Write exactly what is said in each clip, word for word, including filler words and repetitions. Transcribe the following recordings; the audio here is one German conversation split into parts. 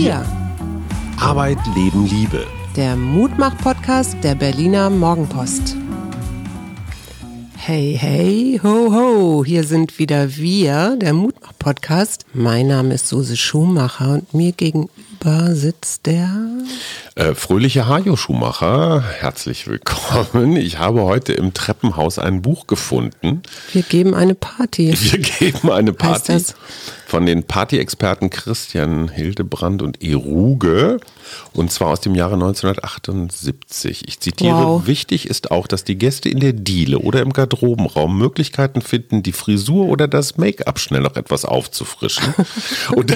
Wir. Arbeit, Leben, Liebe. Der Mutmach-Podcast der Berliner Morgenpost. Hey, hey, ho, ho, hier sind wieder wir, der Mutmach-Podcast. Mein Name ist Suse Schumacher und mir gegenüber sitzt der... Äh, fröhliche Hajo Schumacher, herzlich willkommen. Ich habe heute im Treppenhaus ein Buch gefunden. Wir geben eine Party. Wir geben eine Party Heißt das? Von den Partyexperten Christian Hildebrand und Eruge. Und zwar aus dem Jahre neunzehnhundertachtundsiebzig. Ich zitiere, wow. Wichtig ist auch, dass die Gäste in der Diele oder im Garderobenraum Möglichkeiten finden, die Frisur oder das Make-up schnell noch etwas aufzufrischen. Und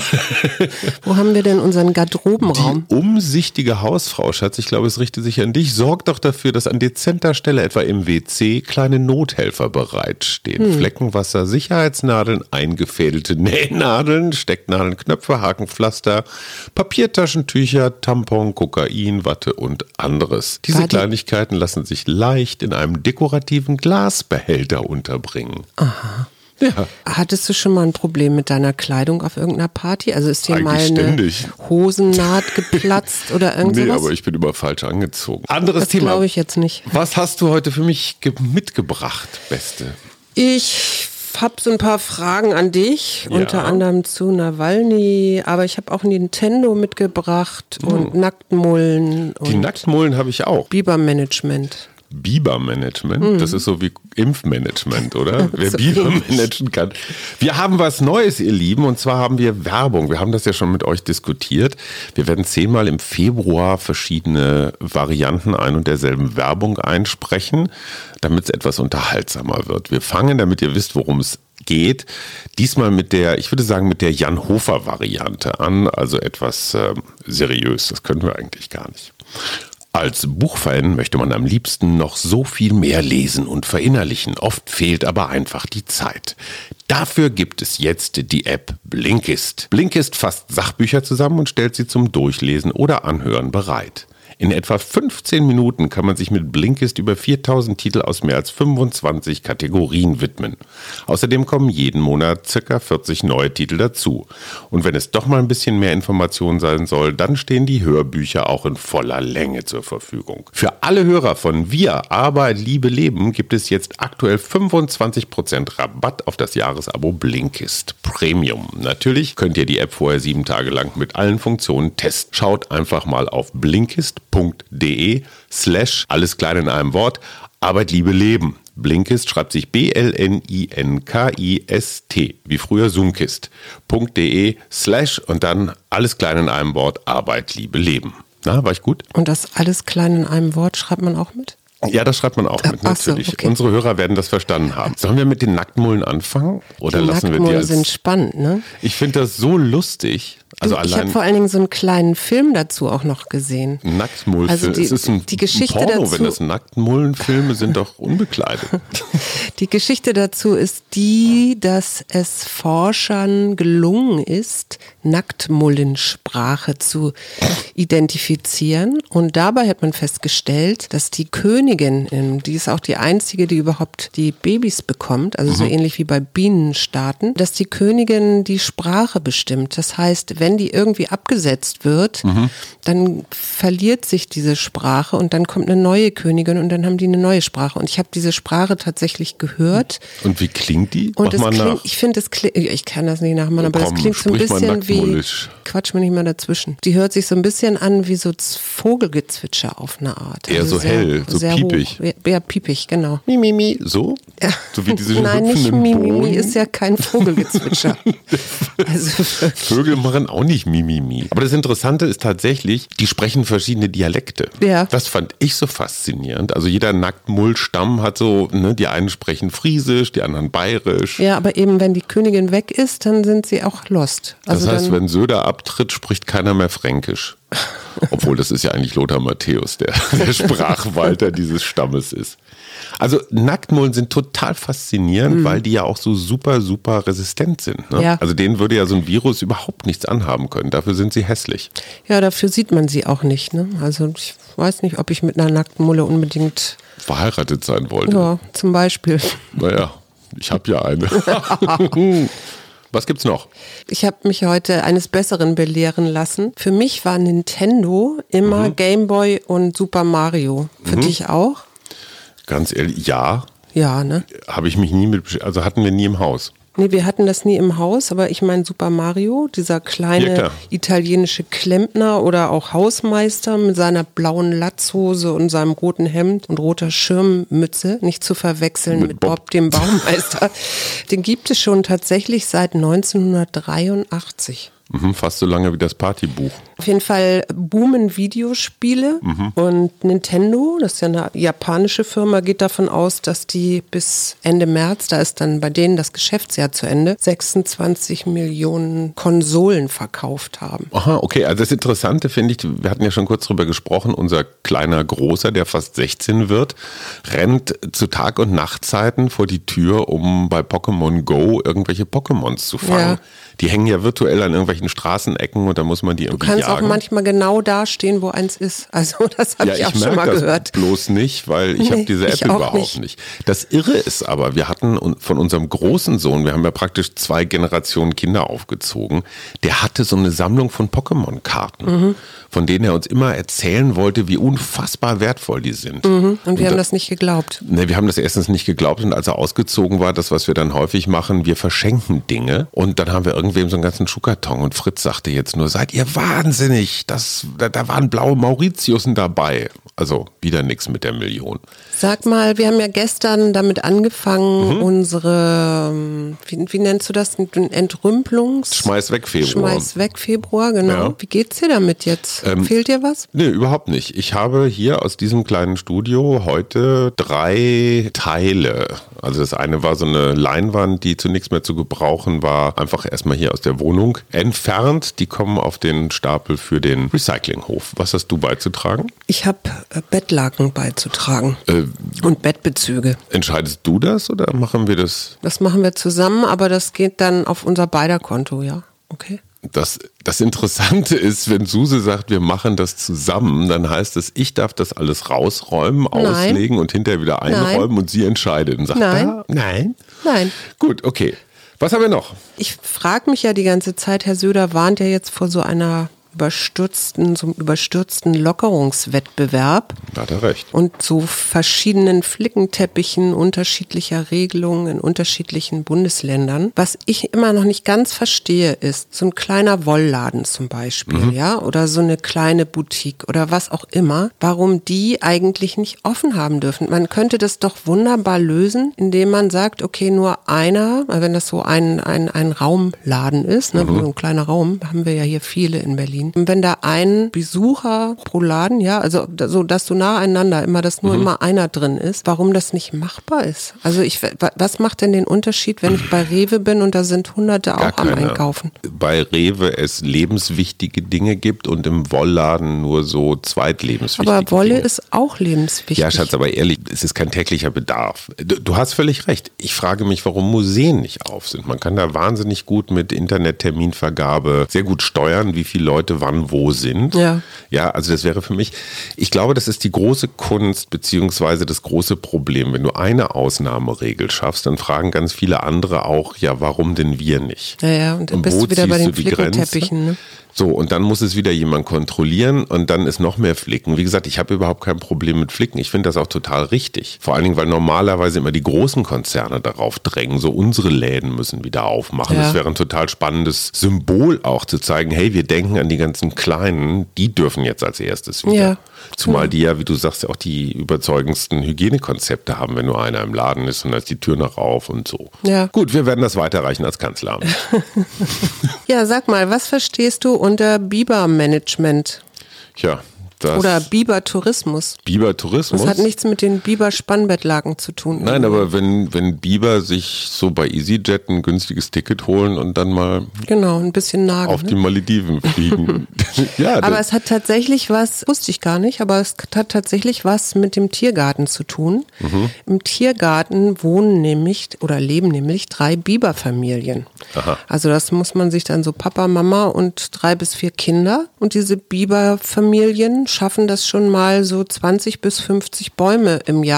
Wo haben wir denn unseren Garderobenraum? Die umsichtige Hausfrau, Schatz, ich glaube, es richtet sich an dich, sorgt doch dafür, dass an dezenter Stelle, etwa im W C, kleine Nothelfer bereitstehen. Hm. Fleckenwasser, Sicherheitsnadeln, eingefädelte Nähnadeln, Stecknadeln, Knöpfe, Hakenpflaster, Papiertaschentücher, Tampon, Kokain, Watte und anderes. Diese War die- Kleinigkeiten lassen sich leicht in einem dekorativen Glasbehälter unterbringen. Aha. Ja. Hattest du schon mal ein Problem mit deiner Kleidung auf irgendeiner Party? Also ist dir Eigentlich mal eine ständig. Hosennaht geplatzt oder irgend Nee, sowas? aber ich bin immer falsch angezogen. Anderes Das Thema. glaube ich jetzt nicht. Was hast du heute für mich ge- mitgebracht, Beste? Ich habe so ein paar Fragen an dich, Ja. unter anderem zu Nawalny, aber ich habe auch Nintendo mitgebracht und Nacktmullen Die und Nacktmullen habe ich auch. Bibermanagement. Bibermanagement, das ist so wie Impfmanagement, oder? Wer So Biber ähnlich. managen kann. Wir haben was Neues, ihr Lieben, und zwar haben wir Werbung. Wir haben das ja schon mit euch diskutiert. Wir werden zehnmal im Februar verschiedene Varianten ein und derselben Werbung einsprechen, damit es etwas unterhaltsamer wird. Wir fangen, damit ihr wisst, worum es geht, diesmal mit der, ich würde sagen, mit der Jan-Hofer-Variante an, also etwas äh, seriös. Das können wir eigentlich gar nicht. Als Buchfan möchte man am liebsten noch so viel mehr lesen und verinnerlichen. Oft fehlt aber einfach die Zeit. Dafür gibt es jetzt die App Blinkist. Blinkist fasst Sachbücher zusammen und stellt sie zum Durchlesen oder Anhören bereit. In etwa fünfzehn Minuten kann man sich mit Blinkist über viertausend Titel aus mehr als fünfundzwanzig Kategorien widmen. Außerdem kommen jeden Monat ca. vierzig neue Titel dazu. Und wenn es doch mal ein bisschen mehr Information sein soll, dann stehen die Hörbücher auch in voller Länge zur Verfügung. Für alle Hörer von Wir, Arbeit, Liebe, Leben gibt es jetzt aktuell fünfundzwanzig Prozent Rabatt auf das Jahresabo Blinkist Premium. Natürlich könnt ihr die App vorher sieben Tage lang mit allen Funktionen testen. Schaut einfach mal auf blinkist.de slash alles klein in einem Wort, Arbeit, Liebe, Leben. Blinkist schreibt sich B L N I N K I S T, wie früher Zoomkist.de slash und dann alles klein in einem Wort, Arbeit, Liebe, Leben. Na, war ich gut? Und das alles klein in einem Wort schreibt man auch mit? Ja, das schreibt man auch mit, Ach so, natürlich. okay. Unsere Hörer werden das verstanden haben. Sollen wir mit den Nacktmullen anfangen? Oder Die lassen wir die Nacktmullen als... sind spannend, ne? Ich finde das so lustig. Also Du, ich allein habe vor allen Dingen so einen kleinen Film dazu auch noch gesehen. Nacktmullfilm. Also die- es ist ein, die Geschichte ein Porno, dazu- wenn das Nacktmullenfilme sind, doch unbekleidet. Die Geschichte dazu ist die, dass es Forschern gelungen ist, Nacktmullensprache zu identifizieren. Und dabei hat man festgestellt, dass die Königin, ähm, die ist auch die einzige, die überhaupt die Babys bekommt, also so ähnlich wie bei Bienenstaaten, dass die Königin die Sprache bestimmt. Das heißt, wenn die irgendwie abgesetzt wird, dann verliert sich diese Sprache und dann kommt eine neue Königin und dann haben die eine neue Sprache. Und ich habe diese Sprache tatsächlich gehört. Und wie klingt die? Und Mach es mal klingt, nach. ich finde, es klingt, ich kann das nicht nachmachen, aber Komm, es klingt so ein sprich mal bisschen wie, Nacktmullisch. Quatsch mir nicht mal dazwischen. Die hört sich so ein bisschen an wie so Z- Vogelgezwitscher auf eine Art. Eher so sehr- hell, so sehr piepig. Hoch. Ja, piepig, genau. Mimimi, so? Ja. So wie diese Nein, nicht hüpfenden Mimimi, Bohnen. ist ja kein Vogelgezwitscher. Also Vögel machen auch nicht Mimimi. Aber das Interessante ist tatsächlich, die sprechen verschiedene Dialekte. Ja. Das fand ich so faszinierend. Also jeder Nacktmullstamm hat so, ne, die einen sprechen Friesisch, die anderen Bayerisch. ja, aber eben, wenn die Königin weg ist, dann sind sie auch lost. Also das heißt, dann, wenn Söder abtritt, spricht keiner mehr Fränkisch. Obwohl, das ist ja eigentlich Lothar Matthäus, der, der Sprachwalter dieses Stammes ist. Also Nacktmullen sind total faszinierend, mhm. weil die ja auch so super, super resistent sind. Ne? Ja. Also denen würde ja so ein Virus überhaupt nichts anhaben können. Dafür sind sie hässlich. ja, dafür sieht man sie auch nicht. Ne? Also ich weiß nicht, ob ich mit einer nackten Mulle unbedingt, Verheiratet sein wollte. ja, zum Beispiel. Naja, ich habe ja eine. Was gibt's noch? Ich habe mich heute eines Besseren belehren lassen. Für mich war Nintendo immer mhm. Game Boy und Super Mario. Für mhm. dich auch? Ganz ehrlich, ja. Ja, ne? Habe ich mich nie mit, also hatten wir nie im Haus. Nee, wir hatten das nie im Haus, aber ich meine Super Mario, dieser kleine ja, italienische Klempner oder auch Hausmeister mit seiner blauen Latzhose und seinem roten Hemd und roter Schirmmütze, nicht zu verwechseln mit, mit Bob. Bob, dem Baumeister. Den gibt es schon tatsächlich seit neunzehnhundertdreiundachtzig. Mhm, fast so lange wie das Partybuch. Auf jeden Fall boomen Videospiele mhm. und Nintendo, das ist ja eine japanische Firma, geht davon aus, dass die bis Ende März, da ist dann bei denen das Geschäftsjahr zu Ende, sechsundzwanzig Millionen Konsolen verkauft haben. Aha, okay, also das Interessante finde ich, wir hatten ja schon kurz drüber gesprochen, unser kleiner Großer, der fast sechzehn wird, rennt zu Tag- und Nachtzeiten vor die Tür, um bei Pokémon Go irgendwelche Pokémons zu fangen. Ja. Die hängen ja virtuell an irgendwelchen Straßenecken und da muss man die irgendwie jagen. Du kannst auch manchmal genau da stehen, wo eins ist. Also das habe ja, ich auch ich schon mal das gehört. Bloß nicht, weil ich nee, habe diese App überhaupt nicht. nicht. Das Irre ist aber, wir hatten von unserem großen Sohn, wir haben ja praktisch zwei Generationen Kinder aufgezogen, der hatte so eine Sammlung von Pokémon-Karten, mhm. von denen er uns immer erzählen wollte, wie unfassbar wertvoll die sind. Mhm. Und wir und haben da, das nicht geglaubt. Ne, wir haben das erstens nicht geglaubt und als er ausgezogen war, das, was wir dann häufig machen, wir verschenken Dinge und dann haben wir irgendwem so einen ganzen Schuhkarton und Fritz sagte jetzt nur, seid ihr wahnsinnig, das, da, da waren blaue Mauritiusen dabei. Also wieder nichts mit der Million. Sag mal, wir haben ja gestern damit angefangen, mhm. unsere, wie, wie nennst du das, Entrümpelungs... Schmeiß weg Februar. Schmeiß weg Februar, genau. Ja. Wie geht's dir damit jetzt? Ähm, Fehlt dir was? Nee, überhaupt nicht. Ich habe hier aus diesem kleinen Studio heute drei Teile. Also das eine war so eine Leinwand, die zunächst mehr zu gebrauchen war, einfach erstmal hier aus der Wohnung entfernt. Die kommen auf den Stapel für den Recyclinghof. Was hast du beizutragen? Ich habe Bettlaken beizutragen äh, und Bettbezüge. Entscheidest du das oder machen wir das? Das machen wir zusammen, aber das geht dann auf unser beider Konto, ja. Okay. Das, das Interessante ist, wenn Suse sagt, wir machen das zusammen, dann heißt es, ich darf das alles rausräumen, nein. auslegen und hinterher wieder einräumen nein. und sie entscheidet und sagt, nein. Ah, nein. Nein. Gut, okay. Was haben wir noch? Ich frage mich ja die ganze Zeit, Herr Söder warnt ja jetzt vor so einer überstürzten, so einem überstürzten Lockerungswettbewerb. Da hat er recht. Und so verschiedenen Flickenteppichen unterschiedlicher Regelungen in unterschiedlichen Bundesländern. Was ich immer noch nicht ganz verstehe, ist so ein kleiner Wollladen zum Beispiel, mhm. ja, oder so eine kleine Boutique oder was auch immer, warum die eigentlich nicht offen haben dürfen. Man könnte das doch wunderbar lösen, indem man sagt, okay, nur einer, wenn das so ein, ein, ein Raumladen ist, ne, mhm. so ein kleiner Raum, haben wir ja hier viele in Berlin. Wenn da ein Besucher pro Laden, ja, also so, dass du nacheinander immer, dass nur mhm. immer einer drin ist, warum das nicht machbar ist. Also ich, was macht denn den Unterschied, wenn ich bei Rewe bin und da sind Hunderte Gar auch am Einkaufen? Bei Rewe es lebenswichtige Dinge gibt und im Wollladen nur so zweitlebenswichtige Dinge. Aber Wolle Dinge. ist auch lebenswichtig. Ja, Schatz, aber ehrlich, es ist kein täglicher Bedarf. Du, du hast völlig recht. Ich frage mich, warum Museen nicht auf sind. Man kann da wahnsinnig gut mit Internetterminvergabe sehr gut steuern, wie viele Leute wann wo sind. Ja. Ja, also das wäre für mich, ich glaube, das ist die große Kunst beziehungsweise das große Problem. Wenn du eine Ausnahmeregel schaffst, dann fragen ganz viele andere auch, ja, warum denn wir nicht? Ja, ja, und dann und bist du wieder bei den Flickenteppichen, ne? So, und dann muss es wieder jemand kontrollieren und dann ist noch mehr Flicken. Wie gesagt, ich habe überhaupt kein Problem mit Flicken. Ich finde das auch total richtig. Vor allen Dingen, weil normalerweise immer die großen Konzerne darauf drängen, so unsere Läden müssen wieder aufmachen. Ja. Das wäre ein total spannendes Symbol auch zu zeigen, hey, wir denken an die ganzen Kleinen, die dürfen jetzt als erstes wieder. Ja. Zumal die ja, wie du sagst, auch die überzeugendsten Hygienekonzepte haben, wenn nur einer im Laden ist und da ist die Tür noch auf und so. Ja. Gut, wir werden das weiterreichen als Kanzleramt. Ja, sag mal, was verstehst du unter Bibermanagement? Ja, das oder Bibertourismus. Bibertourismus? Das hat nichts mit den Biber-Spannbettlaken zu tun. Nein, aber wenn, wenn Biber sich so bei EasyJet ein günstiges Ticket holen und dann mal genau, ein bisschen nagen, auf ne? die Malediven fliegen. Ja, aber es hat tatsächlich was, wusste ich gar nicht, aber es hat tatsächlich was mit dem Tiergarten zu tun. Mhm. Im Tiergarten wohnen nämlich oder leben nämlich drei Biberfamilien. Aha. Also das muss man sich dann so Papa, Mama und drei bis vier Kinder. Und diese Biberfamilien schaffen das schon mal so zwanzig bis fünfzig Bäume im Jahr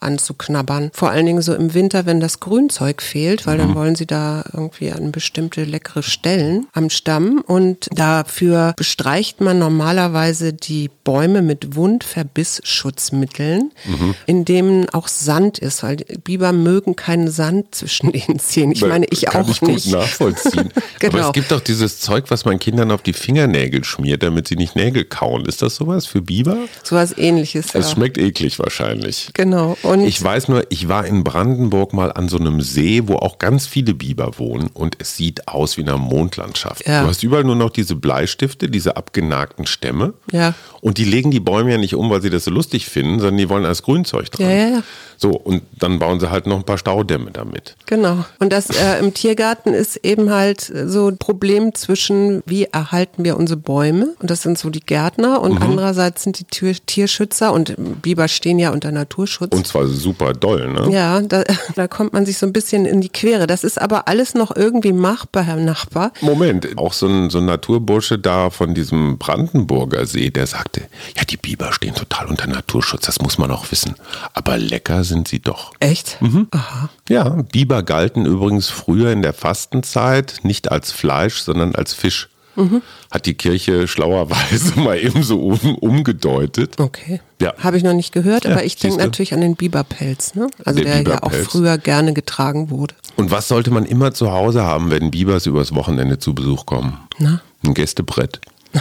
anzuknabbern. Vor allen Dingen so im Winter, wenn das Grünzeug fehlt, weil mhm. dann wollen sie da irgendwie an bestimmte leckere Stellen am Stamm. Und dafür bestreicht man normalerweise die Bäume mit Wundverbissschutzmitteln, mhm. in denen auch Sand ist, weil Biber mögen keinen Sand zwischen den Zähnen. Ich meine, ich Kann auch ich nicht. Gut nachvollziehen. Genau. Aber es gibt doch dieses Zeug, was man Kindern auf die Fingernägel schmiert, damit sie nicht Nägel kauen. Ist das sowas für Biber? Sowas Ähnliches, ja. Es schmeckt eklig wahrscheinlich. Genau. Und ich weiß nur, ich war in Brandenburg mal an so einem See, wo auch ganz viele Biber wohnen und es sieht aus wie in einer Mondlandschaft. Ja. Du hast überall nur noch diese Bleistifte, diese abgenagten Stämme. Ja. Und die legen die Bäume ja nicht um, weil sie das so lustig finden, sondern die wollen als Grünzeug dran. Ja, ja, ja. So, und dann bauen sie halt noch ein paar Staudämme damit. Genau. Und das äh, im Tiergarten ist eben halt so ein Problem zwischen, wie erhalten wir unsere Bäume? Und das sind so die Gärtner und mhm. andererseits sind die Tür- Tierschützer und Biber stehen ja unter Naturschutz. Und zwar super doll, ne? Ja, da, da kommt man sich so ein bisschen in die Quere. Das ist aber alles noch irgendwie machbar, Herr Nachbar. Moment, auch so ein, so ein Naturbursche da von diesem Brandenburger See, der sagte, ja, die Biber stehen total unter Naturschutz, das muss man auch wissen. Aber lecker sind sie doch. Echt? Mhm. Aha. Ja, Biber galten übrigens früher in der Fastenzeit nicht als Fleisch, sondern als Fisch. Mhm. Hat die Kirche schlauerweise mal eben so um, umgedeutet. Okay. Ja. Habe ich noch nicht gehört, ja, aber ich denke natürlich an den Biberpelz, ne? Also der, der ja auch früher gerne getragen wurde. Und was sollte man immer zu Hause haben, wenn Bibers übers Wochenende zu Besuch kommen? Na? Ein Gästebrett.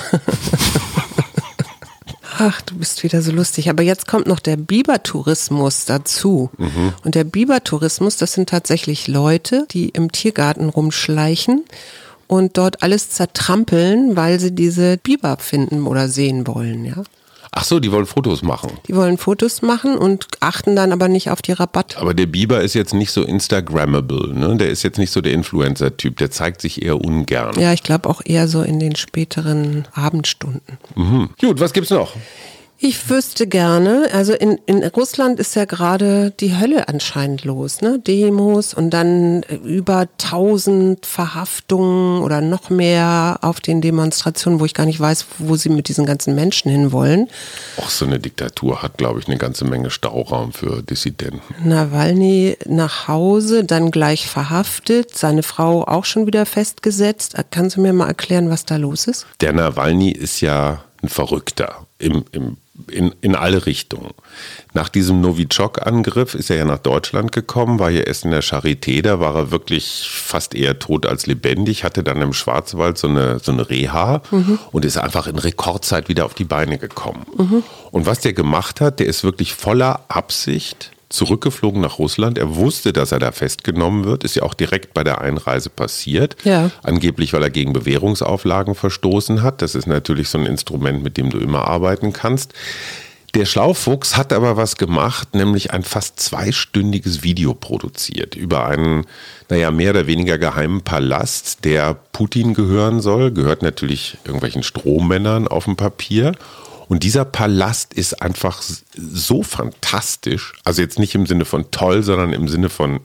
Ach, du bist wieder so lustig. Aber jetzt kommt noch der Bibertourismus dazu. Mhm. Und der Bibertourismus, das sind tatsächlich Leute, die im Tiergarten rumschleichen und dort alles zertrampeln, weil sie diese Biber finden oder sehen wollen, ja. Ach so, die wollen Fotos machen. Die wollen Fotos machen und achten dann aber nicht auf die Rabatte. Aber der Biber ist jetzt nicht so Instagrammable, ne? Der ist jetzt nicht so der Influencer-Typ, der zeigt sich eher ungern. Ja, ich glaube auch eher so in den späteren Abendstunden. Mhm. Gut, was gibt's noch? Ich wüsste gerne, also in, in Russland ist ja gerade die Hölle anscheinend los, ne? Demos und dann über tausend Verhaftungen oder noch mehr auf den Demonstrationen, wo ich gar nicht weiß, wo sie mit diesen ganzen Menschen hinwollen. Auch so eine Diktatur hat, glaube ich, eine ganze Menge Stauraum für Dissidenten. Nawalny nach Hause, dann gleich verhaftet, seine Frau auch schon wieder festgesetzt. Kannst du mir mal erklären, was da los ist? Der Nawalny ist ja ein Verrückter im, im In, in alle Richtungen. Nach diesem Novichok-Angriff ist er ja nach Deutschland gekommen, war hier erst in der Charité, da war er wirklich fast eher tot als lebendig, hatte dann im Schwarzwald so eine, so eine Reha mhm. und ist einfach in Rekordzeit wieder auf die Beine gekommen. Mhm. Und was der gemacht hat, der ist wirklich voller Absicht zurückgeflogen nach Russland. Er wusste, dass er da festgenommen wird. Ist ja auch direkt bei der Einreise passiert. Ja. Angeblich, weil er gegen Bewährungsauflagen verstoßen hat. Das ist natürlich so ein Instrument, mit dem du immer arbeiten kannst. Der Schlaufuchs hat aber was gemacht, nämlich ein fast zweistündiges Video produziert über einen, naja, mehr oder weniger geheimen Palast, der Putin gehören soll. Gehört natürlich irgendwelchen Strohmännern auf dem Papier. Und dieser Palast ist einfach so fantastisch, also jetzt nicht im Sinne von toll, sondern im Sinne von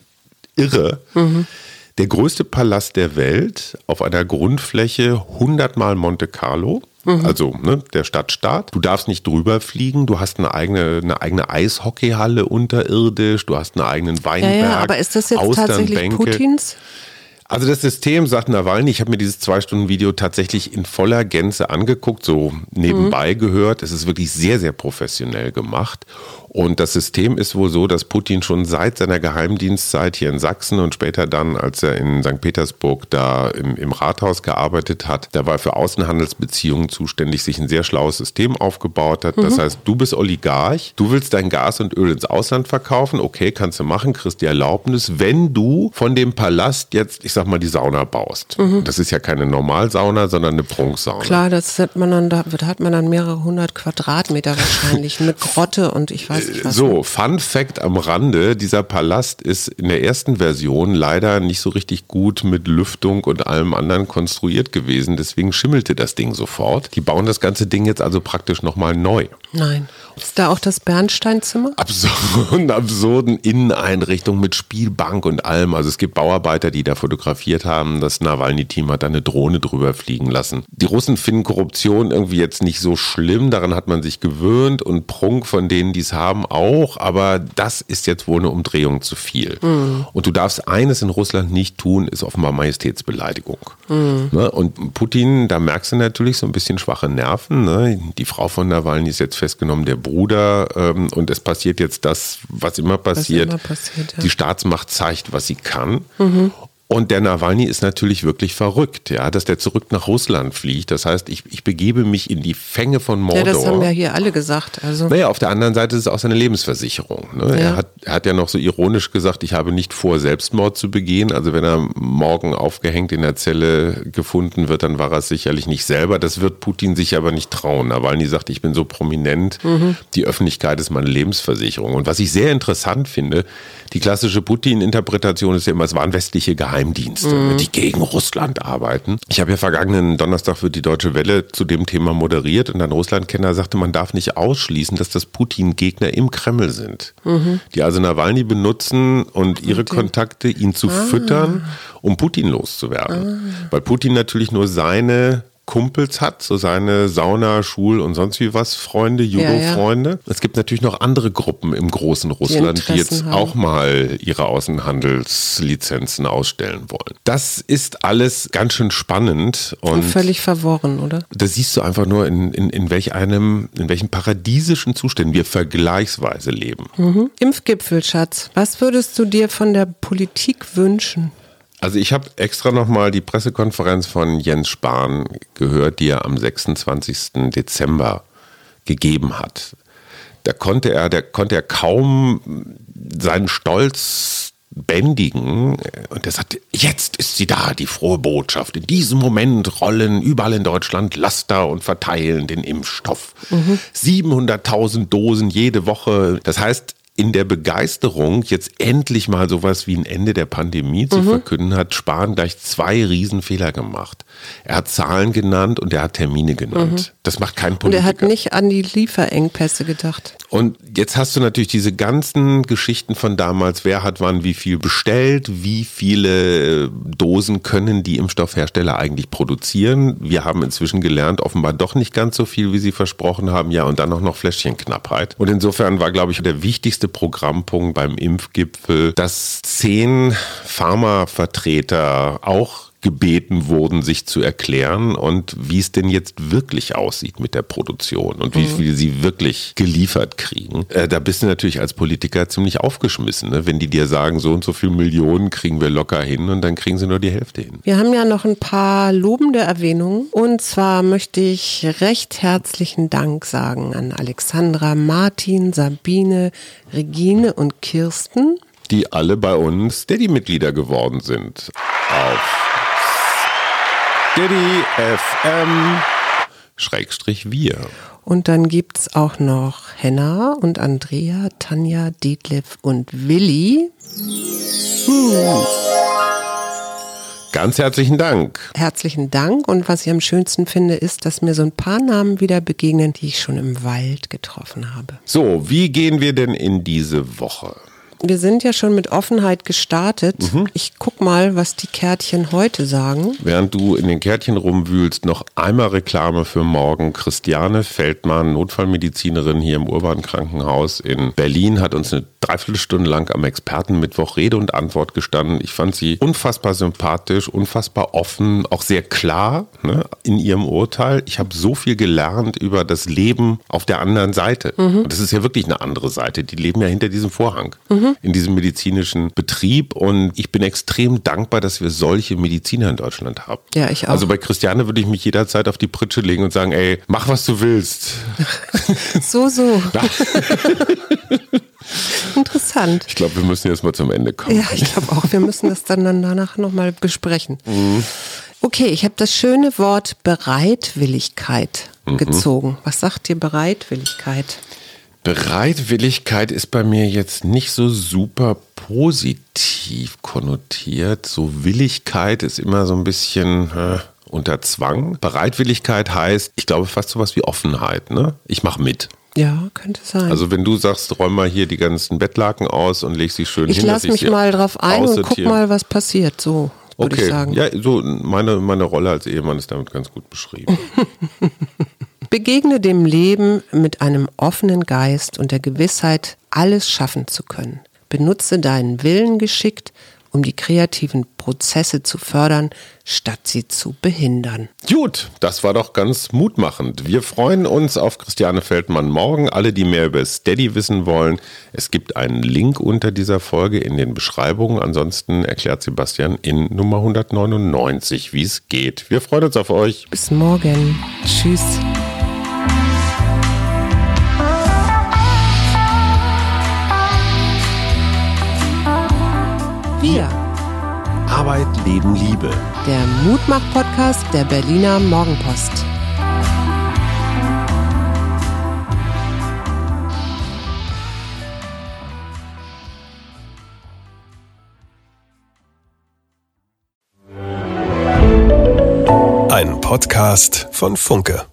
irre. Mhm. Der größte Palast der Welt auf einer Grundfläche hundert Mal Monte Carlo, mhm. also ne, der Stadtstaat. Du darfst nicht drüber fliegen, du hast eine eigene, eine eigene Eishockeyhalle unterirdisch, du hast einen eigenen Weinberg, ja, ja, aber ist das jetzt tatsächlich Putins? Also das System, sagt Nawalny, ich habe mir dieses Zwei-Stunden-Video tatsächlich in voller Gänze angeguckt, so nebenbei mhm. gehört. Es ist wirklich sehr, sehr professionell gemacht. Und das System ist wohl so, dass Putin schon seit seiner Geheimdienstzeit hier in Sachsen und später dann, als er in Sankt Petersburg da im, im Rathaus gearbeitet hat, da war er für Außenhandelsbeziehungen zuständig, sich ein sehr schlaues System aufgebaut hat. Mhm. Das heißt, du bist Oligarch, du willst dein Gas und Öl ins Ausland verkaufen, okay, kannst du machen, kriegst die Erlaubnis, wenn du von dem Palast jetzt, ich sag mal, die Sauna baust. Mhm. Das ist ja keine Normalsauna, sondern eine Prunksauna. Klar, das hat man dann, da hat man dann mehrere hundert Quadratmeter wahrscheinlich mit Grotte und ich weiß nicht was. So, Fun Fact am Rande, dieser Palast ist in der ersten Version leider nicht so richtig gut mit Lüftung und allem anderen konstruiert gewesen, deswegen schimmelte das Ding sofort. Die bauen das ganze Ding jetzt also praktisch nochmal neu. Nein. Ist da auch das Bernsteinzimmer? Absurden, absurden Inneneinrichtungen mit Spielbank und allem. Also es gibt Bauarbeiter, die da fotografiert haben. Das Nawalny-Team hat da eine Drohne drüber fliegen lassen. Die Russen finden Korruption irgendwie jetzt nicht so schlimm. Daran hat man sich gewöhnt. Und Prunk von denen, die es haben, haben auch, aber das ist jetzt wohl eine Umdrehung zu viel. Mhm. Und du darfst eines in Russland nicht tun, ist offenbar Majestätsbeleidigung. Mhm. Ne? Und Putin, da merkst du natürlich so ein bisschen schwache Nerven. Ne? Die Frau von Nawalny ist jetzt festgenommen, der Bruder, ähm, und es passiert jetzt das, was immer passiert. Was immer passiert, ja. Die Staatsmacht zeigt, was sie kann. Mhm. Und der Nawalny ist natürlich wirklich verrückt, ja, dass der zurück nach Russland fliegt. Das heißt, ich, ich begebe mich in die Fänge von Mordor. Ja, das haben ja hier alle gesagt. Also. Naja, auf der anderen Seite ist es auch seine Lebensversicherung. Ne? Ja. Er, hat, er hat ja noch so ironisch gesagt, ich habe nicht vor, Selbstmord zu begehen. Also wenn er morgen aufgehängt in der Zelle gefunden wird, dann war er es sicherlich nicht selber. Das wird Putin sich aber nicht trauen. Nawalny sagt, ich bin so prominent, mhm. die Öffentlichkeit ist meine Lebensversicherung. Und was ich sehr interessant finde, die klassische Putin-Interpretation ist ja immer, es waren westliche Geheimdienste, mhm. die gegen Russland arbeiten. Ich habe ja vergangenen Donnerstag für die Deutsche Welle zu dem Thema moderiert und ein Russlandkenner sagte, man darf nicht ausschließen, dass das Putin-Gegner im Kreml sind, mhm. die also Nawalny benutzen und ihre Putin. Kontakte, ihn zu ah. füttern, um Putin loszuwerden. Ah. Weil Putin natürlich nur seine Kumpels hat, so seine Sauna, Schul- und sonst wie was Freunde, Judo-Freunde. Ja, ja. Es gibt natürlich noch andere Gruppen im großen Russland, die, die jetzt haben. auch mal ihre Außenhandelslizenzen ausstellen wollen. Das ist alles ganz schön spannend. Und, und völlig verworren, oder? Da siehst du einfach nur, in, in, in welch einem, in welchen paradiesischen Zuständen wir vergleichsweise leben. Mhm. Impfgipfel, Schatz. Was würdest du dir von der Politik wünschen? Also ich habe extra nochmal die Pressekonferenz von Jens Spahn gehört, die er am sechsundzwanzigsten Dezember gegeben hat. Da konnte er, der konnte er kaum seinen Stolz bändigen. Und er sagte, jetzt ist sie da, die frohe Botschaft. In diesem Moment rollen überall in Deutschland Laster und verteilen den Impfstoff. Mhm. siebenhunderttausend Dosen jede Woche. Das heißt, in der Begeisterung, jetzt endlich mal sowas wie ein Ende der Pandemie zu mhm. verkünden, hat Spahn gleich zwei Riesenfehler gemacht. Er hat Zahlen genannt und er hat Termine genannt. Mhm. Das macht kein Politiker. Und er hat nicht an die Lieferengpässe gedacht. Und jetzt hast du natürlich diese ganzen Geschichten von damals, wer hat wann wie viel bestellt, wie viele Dosen können die Impfstoffhersteller eigentlich produzieren. Wir haben inzwischen gelernt, offenbar doch nicht ganz so viel, wie sie versprochen haben. Ja, und dann auch noch Fläschchenknappheit. Und insofern war, glaube ich, der wichtigste Programmpunkt beim Impfgipfel, dass zehn Pharmavertreter auch gebeten wurden, sich zu erklären und wie es denn jetzt wirklich aussieht mit der Produktion und wie viel sie wirklich geliefert kriegen. Äh, da bist du natürlich als Politiker ziemlich aufgeschmissen, ne? Wenn die dir sagen, so und so viel Millionen kriegen wir locker hin und dann kriegen sie nur die Hälfte hin. Wir haben ja noch ein paar lobende Erwähnungen und zwar möchte ich recht herzlichen Dank sagen an Alexandra, Martin, Sabine, Regine und Kirsten, die alle bei uns Steady-Mitglieder geworden sind. Auf Steady F M Schrägstrich wir. Und dann gibt's auch noch Henna und Andrea, Tanja, Detlef und Willi. Hm. Ganz herzlichen Dank. Herzlichen Dank. Und was ich am schönsten finde, ist, dass mir so ein paar Namen wieder begegnen, die ich schon im Wald getroffen habe. So, wie gehen wir denn in diese Woche? Wir sind ja schon mit Offenheit gestartet. Mhm. Ich guck mal, was die Kärtchen heute sagen. Während du in den Kärtchen rumwühlst, noch einmal Reklame für morgen. Christiane Feldmann, Notfallmedizinerin hier im Urban Krankenhaus in Berlin, hat uns eine Dreiviertelstunde lang am Expertenmittwoch Rede und Antwort gestanden. Ich fand sie unfassbar sympathisch, unfassbar offen, auch sehr klar, ne, in ihrem Urteil. Ich habe so viel gelernt über das Leben auf der anderen Seite. Mhm. Und das ist ja wirklich eine andere Seite. Die leben ja hinter diesem Vorhang. Mhm. In diesem medizinischen Betrieb und ich bin extrem dankbar, dass wir solche Mediziner in Deutschland haben. Ja, ich auch. Also bei Christiane würde ich mich jederzeit auf die Pritsche legen und sagen, ey, mach was du willst. So, so. Interessant. Ich glaube, wir müssen jetzt mal zum Ende kommen. Ja, ich glaube auch, wir müssen das dann danach nochmal besprechen. Mhm. Okay, ich habe das schöne Wort Bereitwilligkeit mhm. gezogen. Was sagt dir Bereitwilligkeit? Bereitwilligkeit ist bei mir jetzt nicht so super positiv konnotiert. So Willigkeit ist immer so ein bisschen äh, unter Zwang. Bereitwilligkeit heißt, ich glaube fast sowas wie Offenheit. Ne? Ich mache mit. Ja, könnte sein. Also wenn du sagst, räum mal hier die ganzen Bettlaken aus und leg sie schön ich hin. Lass ich lass mich mal drauf ein und guck mal, was passiert. So würde okay. ich sagen. Ja, so meine, meine Rolle als Ehemann ist damit ganz gut beschrieben. Begegne dem Leben mit einem offenen Geist und der Gewissheit, alles schaffen zu können. Benutze deinen Willen geschickt, um die kreativen Prozesse zu fördern, statt sie zu behindern. Gut, das war doch ganz mutmachend. Wir freuen uns auf Christiane Feldmann morgen. Alle, die mehr über Steady wissen wollen, es gibt einen Link unter dieser Folge in den Beschreibungen. Ansonsten erklärt Sebastian in Nummer hundertneunundneunzig, wie es geht. Wir freuen uns auf euch. Bis morgen. Tschüss. Wir. Arbeit, Leben, Liebe. Der Mutmach-Podcast der Berliner Morgenpost. Ein Podcast von Funke.